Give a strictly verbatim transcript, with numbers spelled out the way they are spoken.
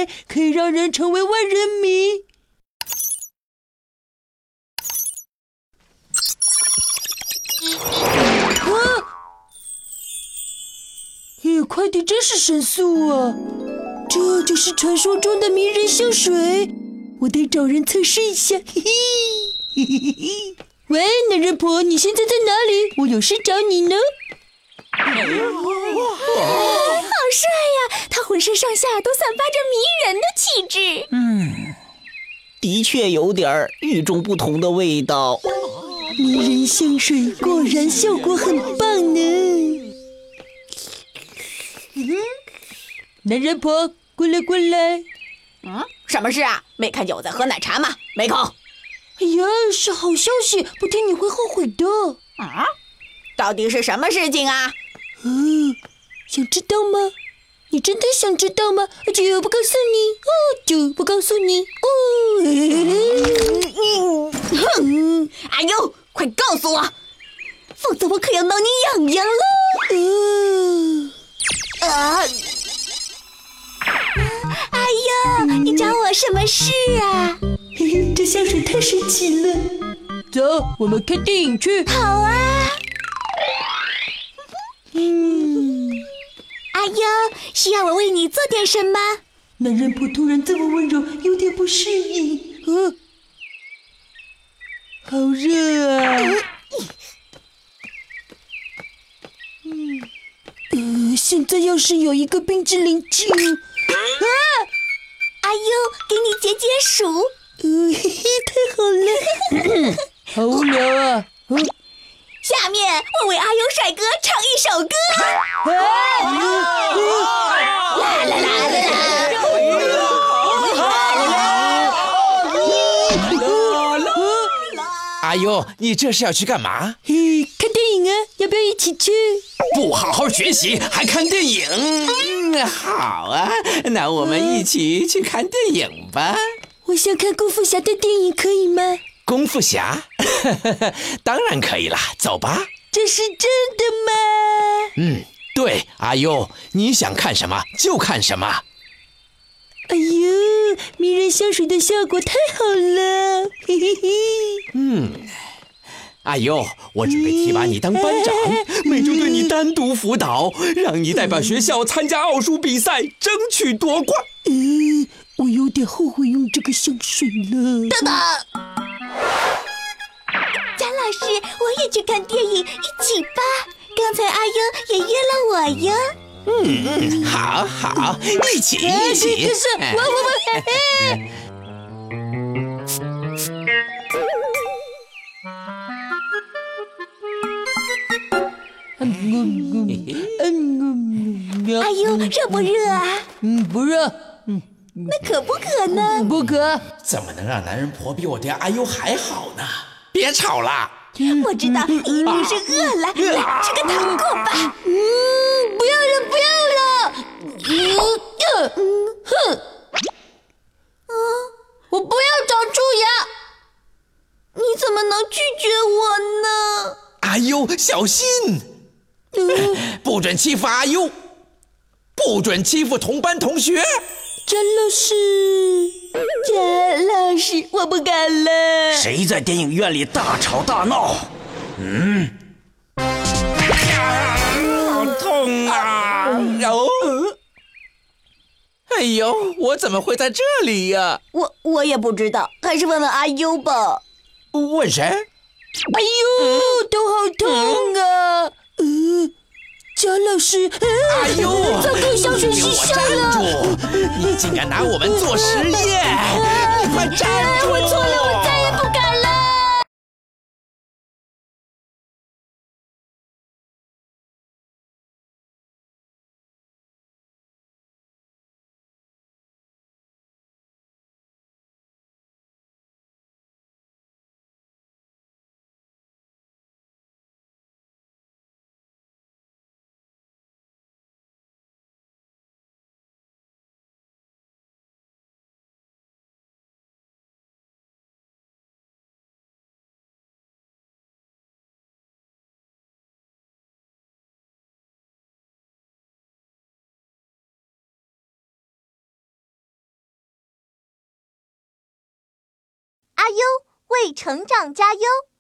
来，可以让人成为万人迷。啊！嘿，快递真是神速啊！这就是传说中的迷人香水，我得找人测试一下。嘿嘿，嘿嘿嘿嘿。喂，男人婆，你现在在哪里？我有事找你呢。 好帅呀！他浑身上下都散发着迷人的气质。 嗯，的确有点与众不同的味道。 迷人香水果然效果很棒呢。嗯，男人婆，过来过来。 嗯，什么事啊？没看见我在喝奶茶吗？没空。 哎呀，是好消息，不听你会后悔的。 啊？到底是什么事情啊？ 嗯，想知道吗？你真的想知道吗？就不告诉你哦，就不告诉你哦。 哼！哎呦，快告诉我，否则我可要挠你痒痒了。 嗯、 呃。啊！ 哎呦，你找我什么事啊？ 嘿嘿，这香水太神奇了。走，我们看电影去。 好啊。 嗯。 阿优，需要我为你做点什么？ 男人婆突然这么温柔，有点不适应。啊，好热啊！嗯，呃，现在要是有一个冰淇淋就……啊！ 阿优，给你解解暑。 呃，嘿嘿，太好了。好无聊啊！嗯、啊。 下面我为阿优帅哥唱一首歌。 啊啊、 啦啦啦啦啦！阿优，你这是要去干嘛？ 嘿，看电影啊，要不要一起去？ 不好好学习还看电影？嗯，好啊，那我们一起去看电影吧。 我想看功夫侠的电影，可以吗？ 功夫侠？当然可以了，走吧。 这是真的吗？ 嗯，对，阿优，你想看什么就看什么。 哎呦，迷人香水的效果太好了，嘿嘿嘿。 嗯，阿优，我准备提拔你当班长，每周对你单独辅导，让你代表学校参加奥数比赛，争取夺冠。 呃，我有点后悔用这个香水了。 等等。贾老师，我也去看电影，一起吧。刚才阿优也约了我哟。 嗯嗯，好好，一起一起。 可是我我我嘿嘿。 阿优，热不热啊？ 嗯，不热。嗯， 那可不可呢？ 不可。 怎么能让男人婆比我对阿优还好呢？别吵了。 我知道，一定是饿了，来吃个糖果吧。 嗯，不要了，不要了。嗯呃，哼。 啊， 我不要长蛀牙。 你怎么能拒绝我呢？ 阿优，小心！ 嗯、 不准欺负阿优，不准欺负同班同学。 贾老师，贾老师，我不敢了。 谁在电影院里大吵大闹？嗯， 啊、好痛啊！哦，哎呦，我怎么会在这里呀、啊？ 我我也不知道，还是问问阿优吧。 问谁？ 哎呦，嗯、头好痛啊！嗯、呃。贾老师， 哎呦， 糟糕，香水失效了！ 站住！你竟敢拿我们做实验！你快站住！ 我错了，我再也不敢。 阿优为成长加油。